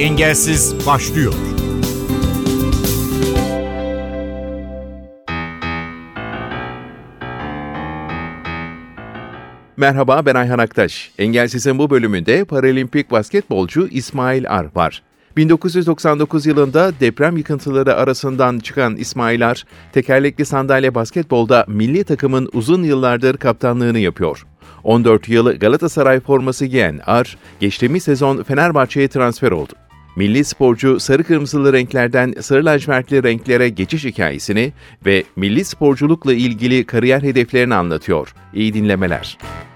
Engelsiz başlıyor. Merhaba, ben Ayhan Aktaş. Engelsiz'in bu bölümünde paralimpik basketbolcu İsmail Ar var. 1999 yılında deprem yıkıntıları arasından çıkan İsmail Ar, tekerlekli sandalye basketbolda milli takımın uzun yıllardır kaptanlığını yapıyor. 14 yıl Galatasaray forması giyen Ar, geçtiğimiz sezon Fenerbahçe'ye transfer oldu. Milli sporcu sarı kırmızılı renklerden sarı lacivertli renklere geçiş hikayesini ve milli sporculukla ilgili kariyer hedeflerini anlatıyor. İyi dinlemeler.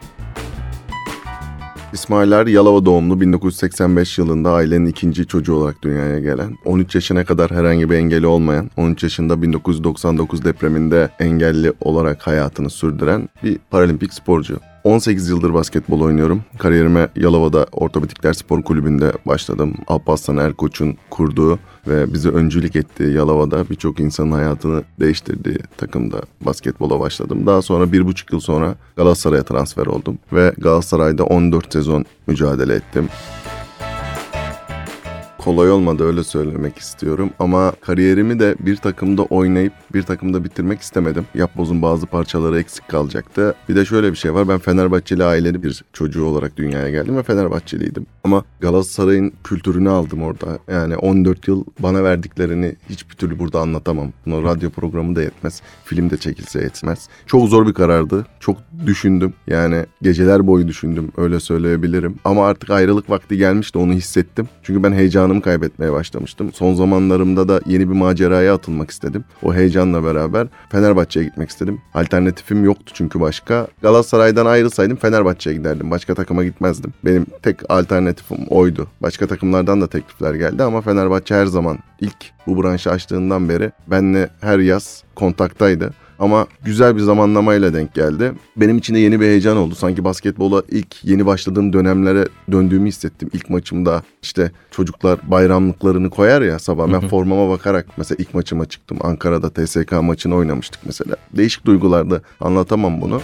İsmail Er Yalova doğumlu, 1985 yılında ailenin ikinci çocuğu olarak dünyaya gelen, 13 yaşına kadar herhangi bir engeli olmayan, 13 yaşında 1999 depreminde engelli olarak hayatını sürdüren bir paralimpik sporcu. 18 yıldır basketbol oynuyorum. Kariyerime Yalova'da Ortopedikler Spor Kulübü'nde başladım. Alparslan Erkoç'un kurduğu ve bize öncülük ettiği Yalova'da birçok insanın hayatını değiştirdiği takımda basketbola başladım. Daha sonra 1,5 yıl sonra Galatasaray'a transfer oldum ve Galatasaray'da 14 sezon mücadele ettim. Kolay olmadı, öyle söylemek istiyorum ama kariyerimi de bir takımda oynayıp bir takımda bitirmek istemedim. Yapboz'un bazı parçaları eksik kalacaktı. Bir de şöyle bir şey var, ben Fenerbahçeli aileli bir çocuğu olarak dünyaya geldim ve Fenerbahçeliydim. Ama Galatasaray'ın kültürünü aldım orada. Yani 14 yıl bana verdiklerini hiçbir türlü burada anlatamam. Buna radyo programı da yetmez, film de çekilse yetmez. Çok zor bir karardı, çok düşündüm. Yani geceler boyu düşündüm, öyle söyleyebilirim. Ama artık ayrılık vakti gelmişti, onu hissettim. Çünkü ben heyecanımı kaybetmeye başlamıştım. Son zamanlarımda da yeni bir maceraya atılmak istedim. O heyecanla beraber Fenerbahçe'ye gitmek istedim. Alternatifim yoktu çünkü başka. Galatasaray'dan ayrılsaydım Fenerbahçe'ye giderdim. Başka takıma gitmezdim. Benim tek alternatifim oydu. Başka takımlardan da teklifler geldi ama Fenerbahçe her zaman ilk bu branşı açtığından beri benimle her yaz kontaktaydı. Ama güzel bir zamanlamayla denk geldi. Benim için de yeni bir heyecan oldu. Sanki basketbola ilk yeni başladığım dönemlere döndüğümü hissettim. İlk maçımda işte çocuklar bayramlıklarını koyar ya sabah. Ben formama bakarak mesela ilk maçıma çıktım. Ankara'da TSK maçını oynamıştık mesela. Değişik duygulardı. Anlatamam bunu.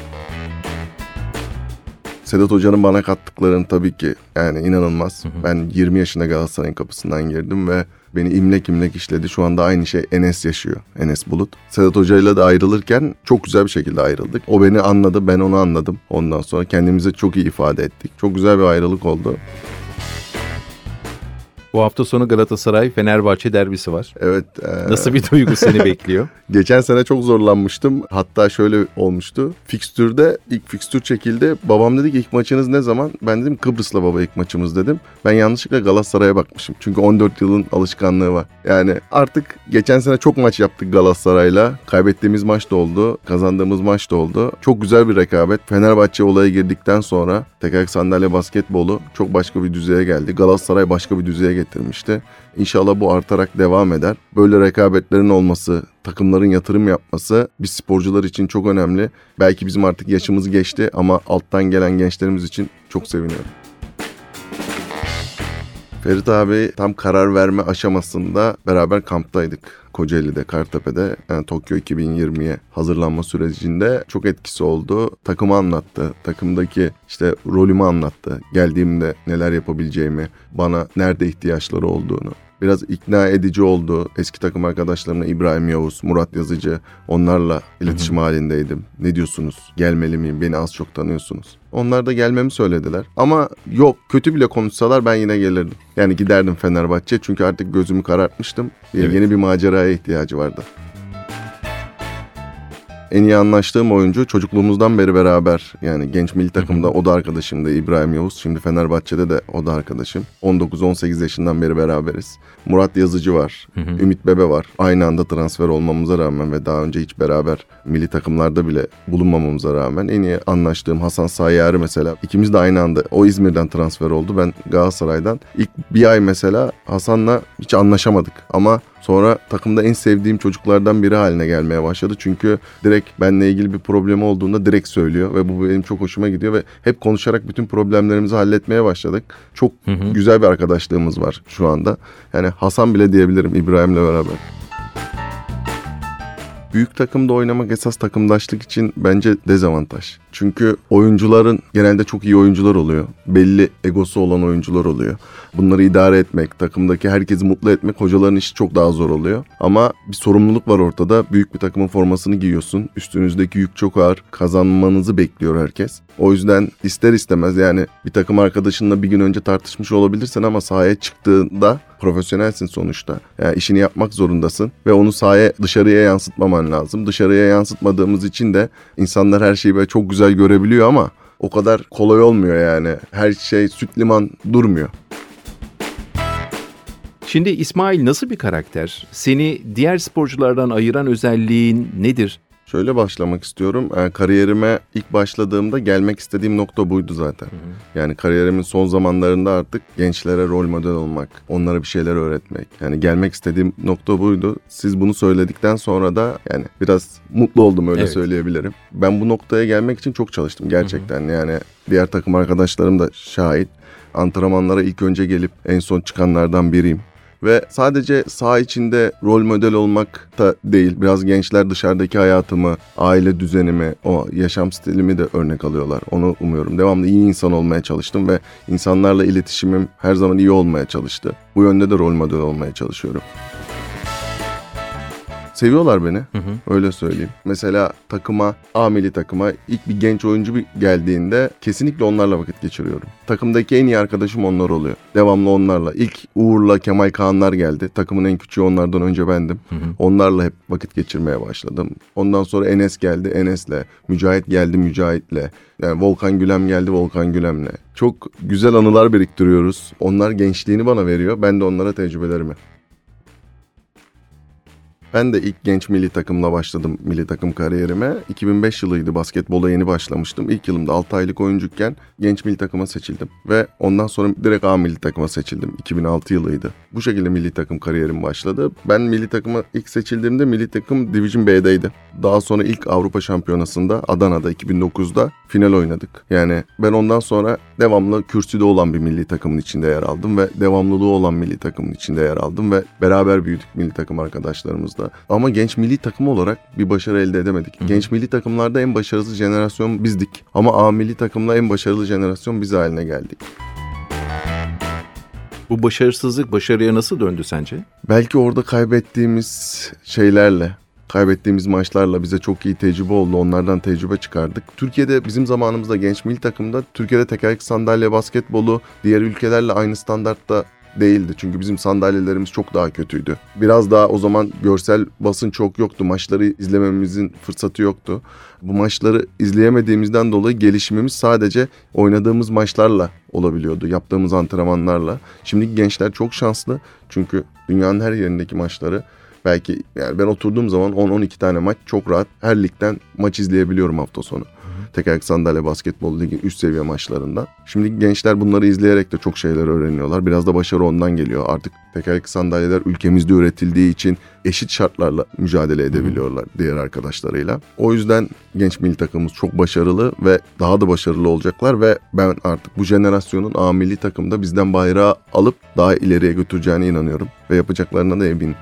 Sedat Hoca'nın bana kattıklarını tabii ki yani inanılmaz. Ben 20 yaşında Galatasaray'ın kapısından girdim ve beni imlek imlek işledi. Şu anda aynı şey Enes yaşıyor. Enes Bulut. Sedat Hoca'yla da ayrılırken çok güzel bir şekilde ayrıldık. O beni anladı, ben onu anladım. Ondan sonra kendimizi çok iyi ifade ettik. Çok güzel bir ayrılık oldu. Bu hafta sonu Galatasaray-Fenerbahçe derbisi var. Evet. Nasıl bir duygu seni bekliyor? Geçen sene çok zorlanmıştım. Hatta şöyle olmuştu. Fikstürde ilk fikstür çekildi. Babam dedi ki ilk maçınız ne zaman? Ben dedim Kıbrıs'la baba ilk maçımız dedim. Ben yanlışlıkla Galatasaray'a bakmışım. Çünkü 14 yılın alışkanlığı var. Yani artık geçen sene çok maç yaptık Galatasaray'la. Kaybettiğimiz maç da oldu. Kazandığımız maç da oldu. Çok güzel bir rekabet. Fenerbahçe olaya girdikten sonra tekerlekli sandalye basketbolu çok başka bir düzeye geldi. Galatasaray başka bir düzeye getirmişti. İnşallah bu artarak devam eder. Böyle rekabetlerin olması, takımların yatırım yapması biz sporcular için çok önemli. Belki bizim artık yaşımız geçti ama alttan gelen gençlerimiz için çok seviniyorum. Ferit abi tam karar verme aşamasında beraber kamptaydık. Kocaeli'de, Kartepe'de, yani Tokyo 2020'ye hazırlanma sürecinde çok etkisi oldu. Takımı anlattı, takımdaki işte rolümü anlattı. Geldiğimde neler yapabileceğimi, bana nerede ihtiyaçları olduğunu. Biraz ikna edici oldu. Eski takım arkadaşlarımla İbrahim Yavuz, Murat Yazıcı, onlarla iletişim halindeydim. Ne diyorsunuz? Gelmeli miyim? Beni az çok tanıyorsunuz. Onlar da gelmemi söylediler. Ama yok, kötü bile konuşsalar ben yine gelirdim. Yani giderdim Fenerbahçe çünkü artık gözümü karartmıştım. Evet. Yeni bir maceraya ihtiyacı vardı. En iyi anlaştığım oyuncu çocukluğumuzdan beri beraber, yani genç milli takımda o da arkadaşımdı İbrahim Yavuz. Şimdi Fenerbahçe'de de o da arkadaşım. 19-18 yaşından beri beraberiz. Murat Yazıcı var. Ümit Bebe var. Aynı anda transfer olmamıza rağmen ve daha önce hiç beraber milli takımlarda bile bulunmamamıza rağmen en iyi anlaştığım Hasan Sayyari mesela. İkimiz de aynı anda, o İzmir'den transfer oldu. Ben Galatasaray'dan. İlk bir ay mesela Hasan'la hiç anlaşamadık ama sonra takımda en sevdiğim çocuklardan biri haline gelmeye başladı. Çünkü direkt benimle ilgili bir problemi olduğunda direkt söylüyor ve bu benim çok hoşuma gidiyor ve hep konuşarak bütün problemlerimizi halletmeye başladık. Çok güzel bir arkadaşlığımız var şu anda. Yani Hasan bile diyebilirim İbrahim'le beraber. büyük takımda oynamak esas takımdaşlık için bence dezavantaj. Çünkü oyuncuların genelde çok iyi oyuncular oluyor. Belli egosu olan oyuncular oluyor. Bunları idare etmek, takımdaki herkesi mutlu etmek hocaların işi çok daha zor oluyor. Ama bir sorumluluk var ortada. Büyük bir takımın formasını giyiyorsun. Üstünüzdeki yük çok ağır. Kazanmanızı bekliyor herkes. O yüzden ister istemez yani bir takım arkadaşınla bir gün önce tartışmış olabilirsin ama sahaya çıktığında profesyonelsin sonuçta. Yani işini yapmak zorundasın ve onu sahaya, dışarıya yansıtmaman lazım. Dışarıya yansıtmadığımız için de insanlar her şeyi böyle çok güzel görebiliyor ama o kadar kolay olmuyor yani. Her şey süt liman durmuyor. Şimdi İsmail nasıl bir karakter? Seni diğer sporculardan ayıran özelliğin nedir? Şöyle başlamak istiyorum. Kariyerime ilk başladığımda gelmek istediğim nokta buydu zaten. Yani kariyerimin son zamanlarında artık gençlere rol model olmak, onlara bir şeyler öğretmek. Yani gelmek istediğim nokta buydu. Siz bunu söyledikten sonra da yani biraz mutlu oldum öyle söyleyebilirim. Ben bu noktaya gelmek için çok çalıştım gerçekten. Yani diğer takım arkadaşlarım da şahit. Antrenmanlara ilk önce gelip en son çıkanlardan biriyim. Ve sadece saha içinde rol model olmak da değil, biraz gençler dışarıdaki hayatımı, aile düzenimi, o yaşam stilimi de örnek alıyorlar. Onu umuyorum. Devamlı iyi insan olmaya çalıştım ve insanlarla iletişimim her zaman iyi olmaya çalıştı. Bu yönde de rol model olmaya çalışıyorum. Seviyorlar beni, öyle söyleyeyim. Mesela takıma, A milli takıma ilk bir genç oyuncu geldiğinde kesinlikle onlarla vakit geçiriyorum. Takımdaki en iyi arkadaşım onlar oluyor. Devamlı onlarla. İlk Uğur'la Kemal Kaanlar geldi. Takımın en küçüğü onlardan önce bendim. Onlarla hep vakit geçirmeye başladım. Ondan sonra Enes geldi, Enes'le. Mücahit geldi, Mücahit'le. Yani Volkan Gülem geldi, Volkan Gülem'le. Çok güzel anılar biriktiriyoruz. Onlar gençliğini bana veriyor. Ben de onlara tecrübelerimi. Ben de ilk genç milli takımla başladım milli takım kariyerime. 2005 yılıydı, basketbola yeni başlamıştım. İlk yılımda 6 aylık oyuncuyken genç milli takıma seçildim. Ve ondan sonra direkt A milli takıma seçildim. 2006 yılıydı. Bu şekilde milli takım kariyerim başladı. Ben milli takıma ilk seçildiğimde milli takım Division B'deydi. Daha sonra ilk Avrupa Şampiyonası'nda Adana'da 2009'da final oynadık. Yani ben ondan sonra devamlı kürsüde olan bir milli takımın içinde yer aldım ve devamlılığı olan milli takımın içinde yer aldım ve beraber büyüdük milli takım arkadaşlarımızla. Ama genç milli takım olarak bir başarı elde edemedik. Genç milli takımlarda en başarılı jenerasyon bizdik. Ama A milli takımla en başarılı jenerasyon biz haline geldik. Bu başarısızlık başarıya nasıl döndü sence? Belki orada kaybettiğimiz şeylerle, kaybettiğimiz maçlarla bize çok iyi tecrübe oldu. Onlardan tecrübe çıkardık. Türkiye'de bizim zamanımızda genç milli takımda Türkiye'de tekerlekli sandalye basketbolu diğer ülkelerle aynı standartta değildi. Çünkü bizim sandalyelerimiz çok daha kötüydü. Biraz daha o zaman görsel basın çok yoktu. Maçları izlememizin fırsatı yoktu. Bu maçları izleyemediğimizden dolayı gelişimimiz sadece oynadığımız maçlarla olabiliyordu. Yaptığımız antrenmanlarla. Şimdiki gençler çok şanslı. Çünkü dünyanın her yerindeki maçları belki yani ben oturduğum zaman 10-12 tane maç çok rahat her ligden maç izleyebiliyorum hafta sonu. Tekerlekli sandalye basketbol ligin üst seviye maçlarında. Şimdi gençler bunları izleyerek de çok şeyler öğreniyorlar. Biraz da başarı ondan geliyor. Artık tekerlekli sandalyeler ülkemizde üretildiği için eşit şartlarla mücadele edebiliyorlar diğer arkadaşlarıyla. O yüzden genç milli takımımız çok başarılı ve daha da başarılı olacaklar ve ben artık bu jenerasyonun A milli takımda bizden bayrağı alıp daha ileriye götüreceğine inanıyorum ve yapacaklarına da eminim.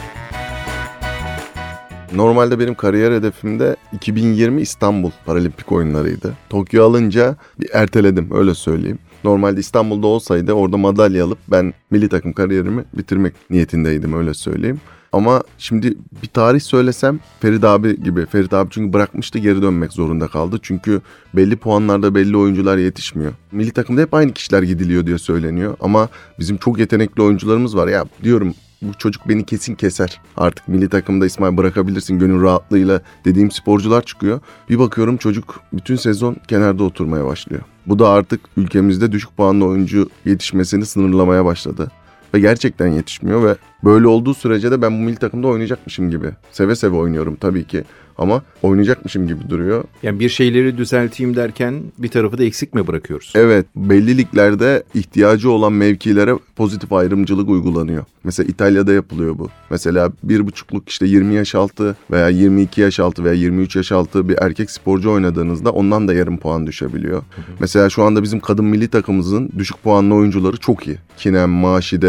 Normalde benim kariyer hedefimde 2020 İstanbul Paralimpik oyunlarıydı. Tokyo alınca bir erteledim öyle söyleyeyim. Normalde İstanbul'da olsaydı orada madalya alıp ben milli takım kariyerimi bitirmek niyetindeydim öyle söyleyeyim. Ama şimdi bir tarih söylesem Ferit abi gibi. Ferit abi çünkü bırakmıştı, geri dönmek zorunda kaldı. Çünkü belli puanlarda belli oyuncular yetişmiyor. Milli takımda hep aynı kişiler gidiliyor diye söyleniyor. Ama bizim çok yetenekli oyuncularımız var. Ya diyorum bu çocuk beni kesin keser. Artık milli takımda İsmail bırakabilirsin gönül rahatlığıyla dediğim sporcular çıkıyor. Bir bakıyorum çocuk bütün sezon kenarda oturmaya başlıyor. Bu da artık ülkemizde düşük puanlı oyuncu yetişmesini sınırlamaya başladı. Ve gerçekten yetişmiyor ve böyle olduğu sürece de ben bu milli takımda oynayacakmışım gibi. Seve seve oynuyorum tabii ki ama oynayacakmışım gibi duruyor. Yani bir şeyleri düzelteyim derken bir tarafı da eksik mi bırakıyoruz? Evet, belli liglerde ihtiyacı olan mevkilere pozitif ayrımcılık uygulanıyor. Mesela İtalya'da yapılıyor bu. Mesela 1,5'luk işte 20 yaş altı veya 22 yaş altı veya 23 yaş altı bir erkek sporcu oynadığınızda ondan da yarım puan düşebiliyor. Mesela şu anda bizim kadın milli takımımızın düşük puanlı oyuncuları çok iyi. Kinem, Maşide,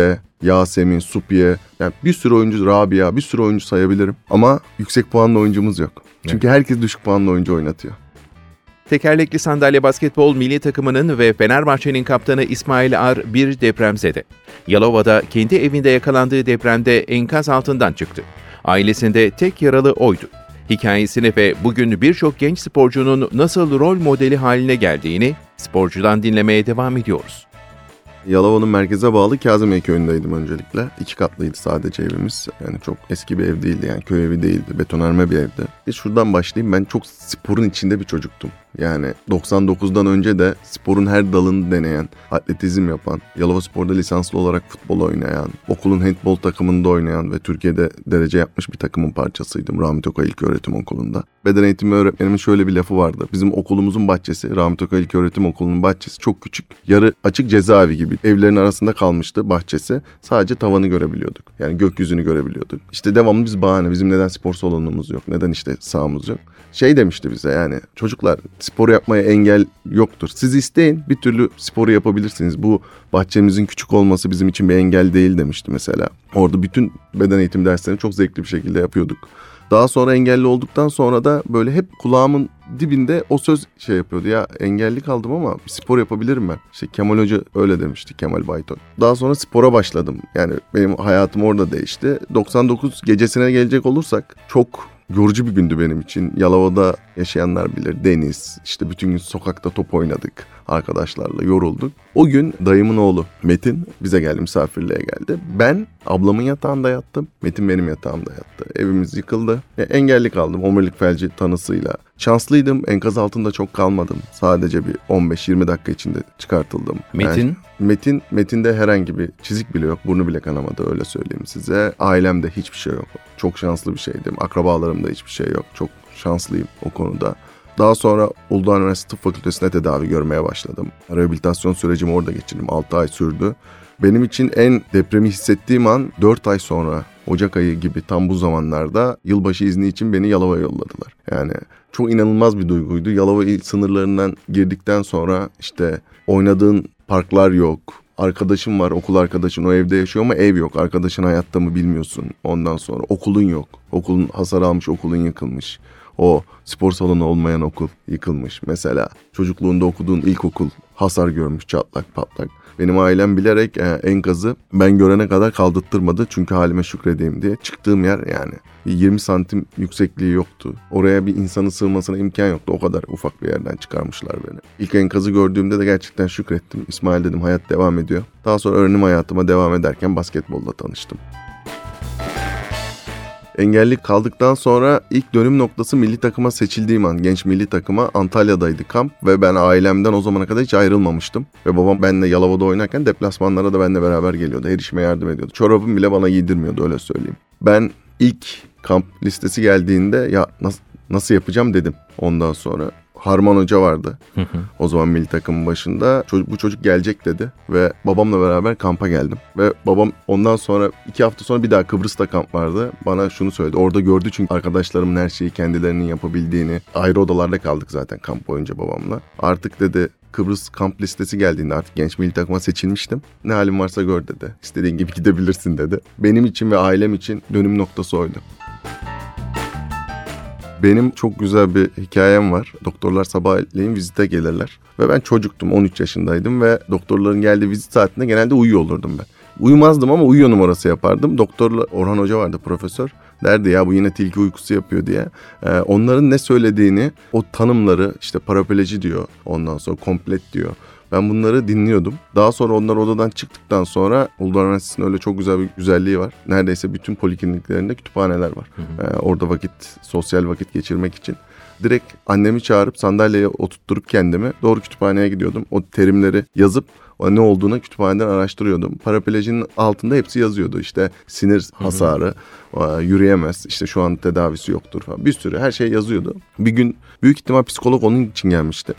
Yasemin, Supiye, yani bir sürü oyuncu, Rabia, bir sürü oyuncu sayabilirim. Ama yüksek puanlı oyuncumuz yok. Çünkü herkes düşük puanlı oyuncu oynatıyor. Tekerlekli sandalye basketbol milli takımının ve Fenerbahçe'nin kaptanı İsmail Ar bir depremzede. Yalova'da kendi evinde yakalandığı depremde enkaz altından çıktı. Ailesinde tek yaralı oydu. Hikayesini ve bugün birçok genç sporcunun nasıl rol modeli haline geldiğini sporcudan dinlemeye devam ediyoruz. Yalova'nın merkeze bağlı Kazımiye köyündeydim öncelikle. 2 katlıydı sadece evimiz. Yani çok eski bir ev değildi, yani köy evi değildi. Betonarme bir evdi. Şuradan başlayayım. Ben çok sporun içinde bir çocuktum. Yani 99'dan önce de sporun her dalını deneyen, atletizm yapan, Yalovaspor'da lisanslı olarak futbol oynayan, okulun handbol takımında oynayan ve Türkiye'de derece yapmış bir takımın parçasıydım Rahmi Tokay İlköğretim Okulu'nda. Beden eğitimi öğretmenimin şöyle bir lafı vardı. Bizim okulumuzun bahçesi, Rahmi Tokay İlköğretim Okulu'nun bahçesi çok küçük. Yarı açık cezaevi gibi. Evlerin arasında kalmıştı bahçesi. Sadece tavanı görebiliyorduk. Yani gökyüzünü görebiliyorduk. İşte devamlı biz bahane. Bizim neden spor salonumuz yok? Neden işte sahamız yok? Şey demişti bize, yani çocuklar, spor yapmaya engel yoktur. Siz isteyin, bir türlü sporu yapabilirsiniz. Bu bahçemizin küçük olması bizim için bir engel değil demişti mesela. Orada bütün beden eğitim derslerini çok zevkli bir şekilde yapıyorduk. Daha sonra engelli olduktan sonra da böyle hep kulağımın dibinde o söz şey yapıyordu. Ya engelli kaldım ama spor yapabilirim ben. İşte Kemal Hoca öyle demişti, Kemal Bayton. Daha sonra spora başladım. Yani benim hayatım orada değişti. 99 gecesine gelecek olursak çok yorucu bir gündü benim için. Yalova'da yaşayanlar bilir. Deniz, işte bütün gün sokakta top oynadık. Arkadaşlarla yorulduk. O gün dayımın oğlu Metin bize geldi, misafirliğe geldi. Ben ablamın yatağında yattım. Metin benim yatağımda yattı. Evimiz yıkıldı. Engelli kaldım omurilik felci tanısıyla. Şanslıydım. Enkaz altında çok kalmadım. Sadece bir 15-20 dakika içinde çıkartıldım. Metin? Metin'de herhangi bir çizik bile yok. Burnu bile kanamadı, öyle söyleyeyim size. Ailemde hiçbir şey yok. Çok şanslı bir şeydim. Akrabalarımda hiçbir şey yok. Çok şanslıyım o konuda. Daha sonra Uludağ Üniversitesi Tıp Fakültesi'nde tedavi görmeye başladım. Rehabilitasyon sürecimi orada geçirdim. 6 ay sürdü. Benim için en depremi hissettiğim an 4 ay sonra, Ocak ayı gibi tam bu zamanlarda yılbaşı izni için beni Yalova'ya yolladılar. Yani çok inanılmaz bir duyguydu. Yalova il sınırlarından girdikten sonra işte oynadığın parklar yok. Arkadaşım var, okul arkadaşın, o evde yaşıyor ama ev yok. Arkadaşın hayatta mı bilmiyorsun. Ondan sonra okulun yok. Okulun hasar almış, okulun yıkılmış. O spor salonu olmayan okul yıkılmış. Mesela çocukluğunda okuduğun ilkokul hasar görmüş, çatlak patlak. Benim ailem bilerek enkazı ben görene kadar kaldırttırmadı. Çünkü halime şükredeyim diye. Çıktığım yer yani 20 santim yüksekliği yoktu. Oraya bir insanın sığmasına imkan yoktu. O kadar ufak bir yerden çıkarmışlar beni. İlk enkazı gördüğümde de gerçekten şükrettim. İsmail dedim, hayat devam ediyor. Daha sonra öğrenim hayatıma devam ederken basketbolla tanıştım. Engelli kaldıktan sonra ilk dönüm noktası milli takıma seçildiğim an, genç milli takıma, Antalya'daydı kamp ve ben ailemden o zamana kadar hiç ayrılmamıştım. Ve babam benimle Yalova'da oynarken deplasmanlara da benimle beraber geliyordu. Her işime yardım ediyordu. Çorabımı bile bana giydirmiyordu, öyle söyleyeyim. Ben ilk kamp listesi geldiğinde ya nasıl yapacağım dedim. Ondan sonra Harman Hoca vardı. O zaman milli takımın başında. Bu çocuk gelecek dedi ve babamla beraber kampa geldim. Ve babam ondan sonra 2 hafta sonra bir daha Kıbrıs'ta kamp vardı. Bana şunu söyledi. Orada gördü çünkü arkadaşlarımın her şeyi kendilerinin yapabildiğini. Ayrı odalarda kaldık zaten kamp boyunca babamla. Artık dedi, Kıbrıs kamp listesi geldiğinde artık genç milli takıma seçilmiştim. Ne halin varsa gör dedi. İstediğin gibi gidebilirsin dedi. Benim için ve ailem için dönüm noktası oydu. Benim çok güzel bir hikayem var. Doktorlar sabahleyin vizite gelirler. Ve ben çocuktum, 13 yaşındaydım ve doktorların geldiği vizit saatinde genelde uyuyor olurdum ben. Uyumazdım ama uyuyor numarası yapardım. Doktorla Orhan Hoca vardı, profesör. Derdi ya bu yine tilki uykusu yapıyor diye. Onların ne söylediğini, o tanımları, işte parapleji diyor, ondan sonra komplet diyor. Ben bunları dinliyordum. Daha sonra onlar odadan çıktıktan sonra Uludağ Üniversitesi'nin öyle çok güzel bir güzelliği var. Neredeyse bütün polikliniklerinde kütüphaneler var. Orada sosyal vakit geçirmek için. Direkt annemi çağırıp sandalyeye oturtturup kendimi doğru kütüphaneye gidiyordum. O terimleri yazıp ne olduğunu kütüphaneden araştırıyordum. Paraplejinin altında hepsi yazıyordu. İşte sinir hasarı, yürüyemez, işte şu an tedavisi yoktur falan. Bir sürü her şey yazıyordu. Bir gün büyük ihtimal psikolog onun için gelmişti.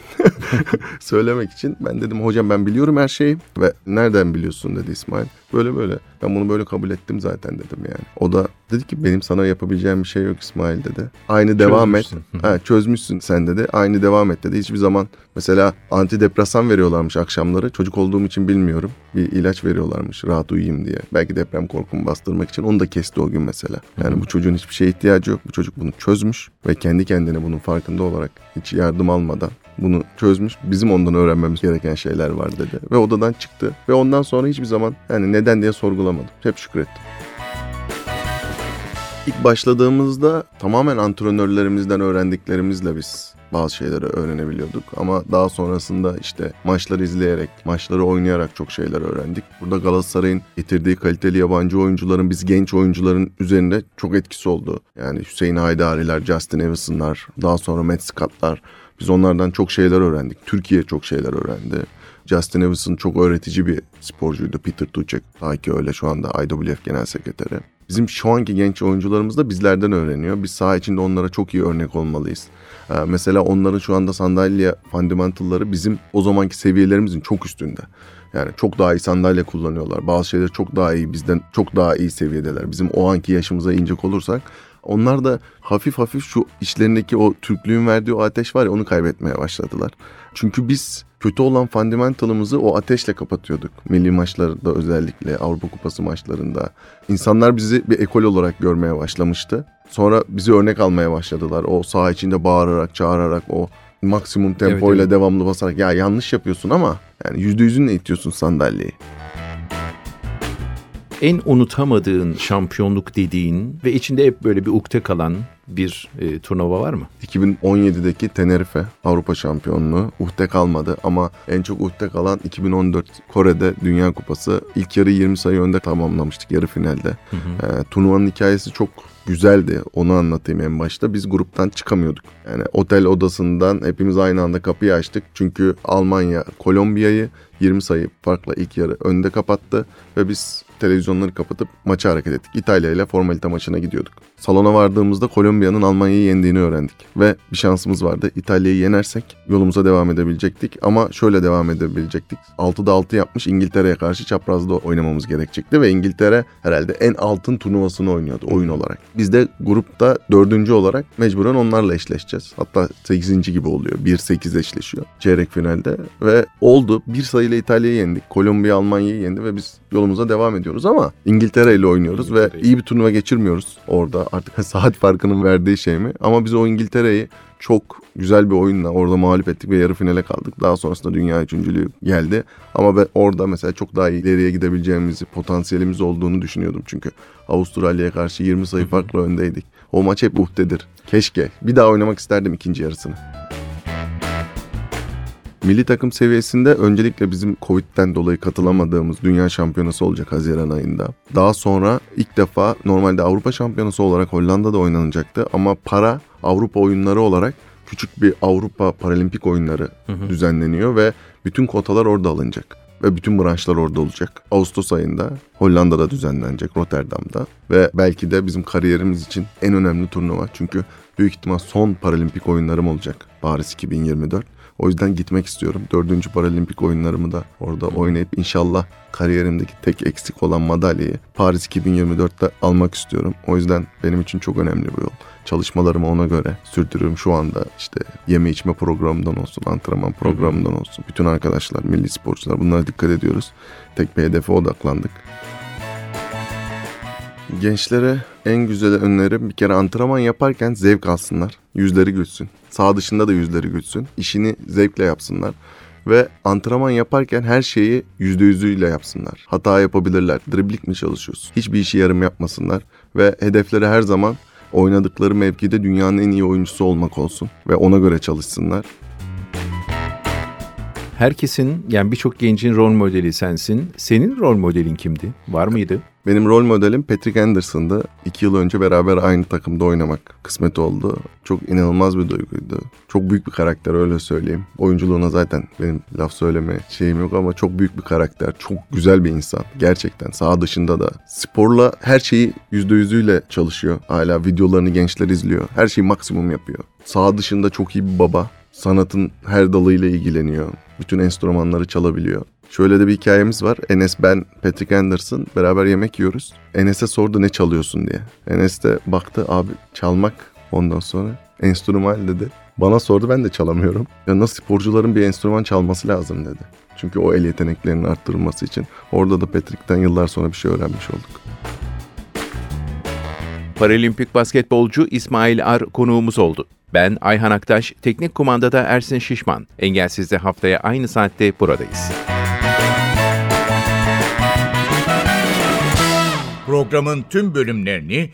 Söylemek için. Ben dedim hocam ben biliyorum her şeyi ve nereden biliyorsun dedi İsmail. Böyle böyle. Ben bunu böyle kabul ettim zaten dedim yani. O da dedi ki benim sana yapabileceğim bir şey yok İsmail dedi. Aynı devam et. Çözmüşsün sen dedi. Aynı devam et dedi. Hiçbir zaman mesela antidepresan veriyorlarmış akşamları. Çocuk olduğum için bilmiyorum. Bir ilaç veriyorlarmış rahat uyuyayım diye. Belki deprem korkumu bastırmak için. Onu da kesti o gün mesela. Yani bu çocuğun hiçbir şeye ihtiyacı yok. Bu çocuk bunu çözmüş ve kendi kendine bunun farkında olarak hiç yardım almadan bunu çözmüş. Bizim ondan öğrenmemiz gereken şeyler var dedi. Ve odadan çıktı. Ve ondan sonra hiçbir zaman yani neden diye sorgulamadım. Hep şükrettim. İlk başladığımızda tamamen antrenörlerimizden öğrendiklerimizle biz bazı şeyleri öğrenebiliyorduk. Ama daha sonrasında işte maçları izleyerek, maçları oynayarak çok şeyler öğrendik. Burada Galatasaray'ın getirdiği kaliteli yabancı oyuncuların biz genç oyuncuların üzerinde çok etkisi oldu. Yani Hüseyin Haydari'ler, Justin Evanson'lar, daha sonra Matt Scott'lar. Biz onlardan çok şeyler öğrendik. Türkiye çok şeyler öğrendi. Justin Evansson çok öğretici bir sporcuydu. Peter Tuchek, ta ki öyle şu anda IWF Genel Sekreteri. Bizim şu anki genç oyuncularımız da bizlerden öğreniyor. Biz saha içinde onlara çok iyi örnek olmalıyız. Mesela onların şu anda sandalye fundamentalları bizim o zamanki seviyelerimizin çok üstünde. Yani çok daha iyi sandalye kullanıyorlar. Bazı şeyler çok daha iyi, bizden çok daha iyi seviyedeler. Bizim o anki yaşımıza inecek olursak onlar da hafif hafif şu içlerindeki o Türklüğün verdiği o ateş var ya, onu kaybetmeye başladılar. Çünkü biz kötü olan fundamentalımızı o ateşle kapatıyorduk. Milli maçlarda, özellikle Avrupa Kupası maçlarında. İnsanlar bizi bir ekol olarak görmeye başlamıştı. Sonra bizi örnek almaya başladılar. O saha içinde bağırarak, çağırarak, o maksimum tempoyla devamlı basarak. Ya yanlış yapıyorsun ama yani %100'ünle itiyorsun sandalyeyi. En unutamadığın şampiyonluk dediğin ve içinde hep böyle bir ukde kalan bir turnuva var mı? 2017'deki Tenerife Avrupa Şampiyonluğu ukde kalmadı ama en çok ukde kalan 2014 Kore'de Dünya Kupası. İlk yarı 20 sayı önde tamamlamıştık yarı finalde. Turnuvanın hikayesi çok güzeldi. Onu anlatayım en başta. Biz gruptan çıkamıyorduk. Yani otel odasından hepimiz aynı anda kapıyı açtık. Çünkü Almanya Kolombiya'yı 20 sayı farkla ilk yarı önde kapattı ve biz televizyonları kapatıp maça hareket ettik. İtalya ile formalite maçına gidiyorduk. Salona vardığımızda Kolombiya'nın Almanya'yı yendiğini öğrendik. Ve bir şansımız vardı. İtalya'yı yenersek yolumuza devam edebilecektik. Ama şöyle devam edebilecektik. 6'da 6 yapmış İngiltere'ye karşı çaprazda oynamamız gerekecekti. Ve İngiltere herhalde en altın turnuvasını oynuyordu oyun olarak. Biz de grupta 4. olarak mecburen onlarla eşleşeceğiz. Hatta 8. gibi oluyor. 1-8 eşleşiyor çeyrek finalde. Ve oldu. Bir sayıyla İtalya'yı yendik. Kolombiya Almanya'yı yendi ve biz yolumuza devam ediyoruz ama İngiltere ile oynuyoruz ve iyi bir turnuva geçirmiyoruz orada. Artık saat farkının verdiği şey mi? Ama biz o İngiltere'yi çok güzel bir oyunla orada mağlup ettik ve yarı finale kaldık. Daha sonrasında dünya üçüncülüğü geldi. Ama ben orada mesela çok daha ileriye gidebileceğimizi, potansiyelimiz olduğunu düşünüyordum. Çünkü Avustralya'ya karşı 20 sayı farkla öndeydik. O maç hep uhdedir. Keşke. Bir daha oynamak isterdim ikinci yarısını. Milli takım seviyesinde öncelikle bizim Covid'den dolayı katılamadığımız Dünya Şampiyonası olacak Haziran ayında. Daha sonra ilk defa normalde Avrupa Şampiyonası olarak Hollanda'da oynanacaktı ama para Avrupa oyunları olarak küçük bir Avrupa Paralimpik oyunları düzenleniyor ve bütün kotalar orada alınacak. Ve bütün branşlar orada olacak. Ağustos ayında Hollanda'da düzenlenecek, Rotterdam'da. Ve belki de bizim kariyerimiz için en önemli turnuva. Çünkü büyük ihtimal son Paralimpik oyunlarım olacak Paris 2024. O yüzden gitmek istiyorum. 4. Paralimpik oyunlarımı da orada oynayıp inşallah kariyerimdeki tek eksik olan madalyayı Paris 2024'te almak istiyorum. O yüzden benim için çok önemli bir yol. Çalışmalarımı ona göre sürdürüyorum şu anda. İşte yeme içme programından olsun, antrenman programından olsun. Bütün arkadaşlar, milli sporcular, bunlara dikkat ediyoruz. Tek bir hedefe odaklandık. Gençlere en güzel önerim bir kere antrenman yaparken zevk alsınlar. Yüzleri gülsün. Sağ dışında da yüzleri gülsün. İşini zevkle yapsınlar. Ve antrenman yaparken her şeyi %100'üyle yapsınlar. Hata yapabilirler. Dribling mi çalışıyorsun? Hiçbir işi yarım yapmasınlar. Ve hedefleri her zaman oynadıkları mevkide dünyanın en iyi oyuncusu olmak olsun. Ve ona göre çalışsınlar. Herkesin, yani birçok gencin rol modeli sensin. Senin rol modelin kimdi? Var mıydı? Benim rol modelim Patrick Anderson'dı. 2 yıl önce beraber aynı takımda oynamak kısmet oldu. Çok inanılmaz bir duyguydu. Çok büyük bir karakter, öyle söyleyeyim. Oyunculuğuna zaten benim laf söyleme şeyim yok ama çok büyük bir karakter. Çok güzel bir insan. Gerçekten saha dışında da. Sporla her şeyi %100'üyle çalışıyor. Hala videolarını gençler izliyor. Her şeyi maksimum yapıyor. Saha dışında çok iyi bir baba. Sanatın her dalıyla ilgileniyor. Bütün enstrümanları çalabiliyor. Şöyle de bir hikayemiz var. Enes, ben, Patrick Anderson beraber yemek yiyoruz. Enes'e sordu ne çalıyorsun diye. Enes de baktı, abi çalmak, ondan sonra enstrüman dedi. Bana sordu, ben de çalamıyorum. Ya nasıl, sporcuların bir enstrüman çalması lazım dedi. Çünkü o el yeteneklerinin arttırılması için. Orada da Patrick'ten yıllar sonra bir şey öğrenmiş olduk. Paralimpik basketbolcu İsmail Ar konuğumuz oldu. Ben Ayhan Aktaş, teknik kumandada Ersin Şişman. Engelsiz'de haftaya aynı saatte buradayız. Programın tüm bölümlerini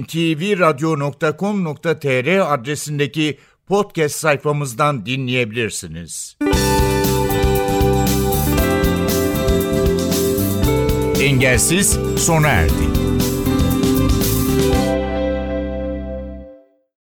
ntvradio.com.tr adresindeki podcast sayfamızdan dinleyebilirsiniz. Engelsiz sona erdi.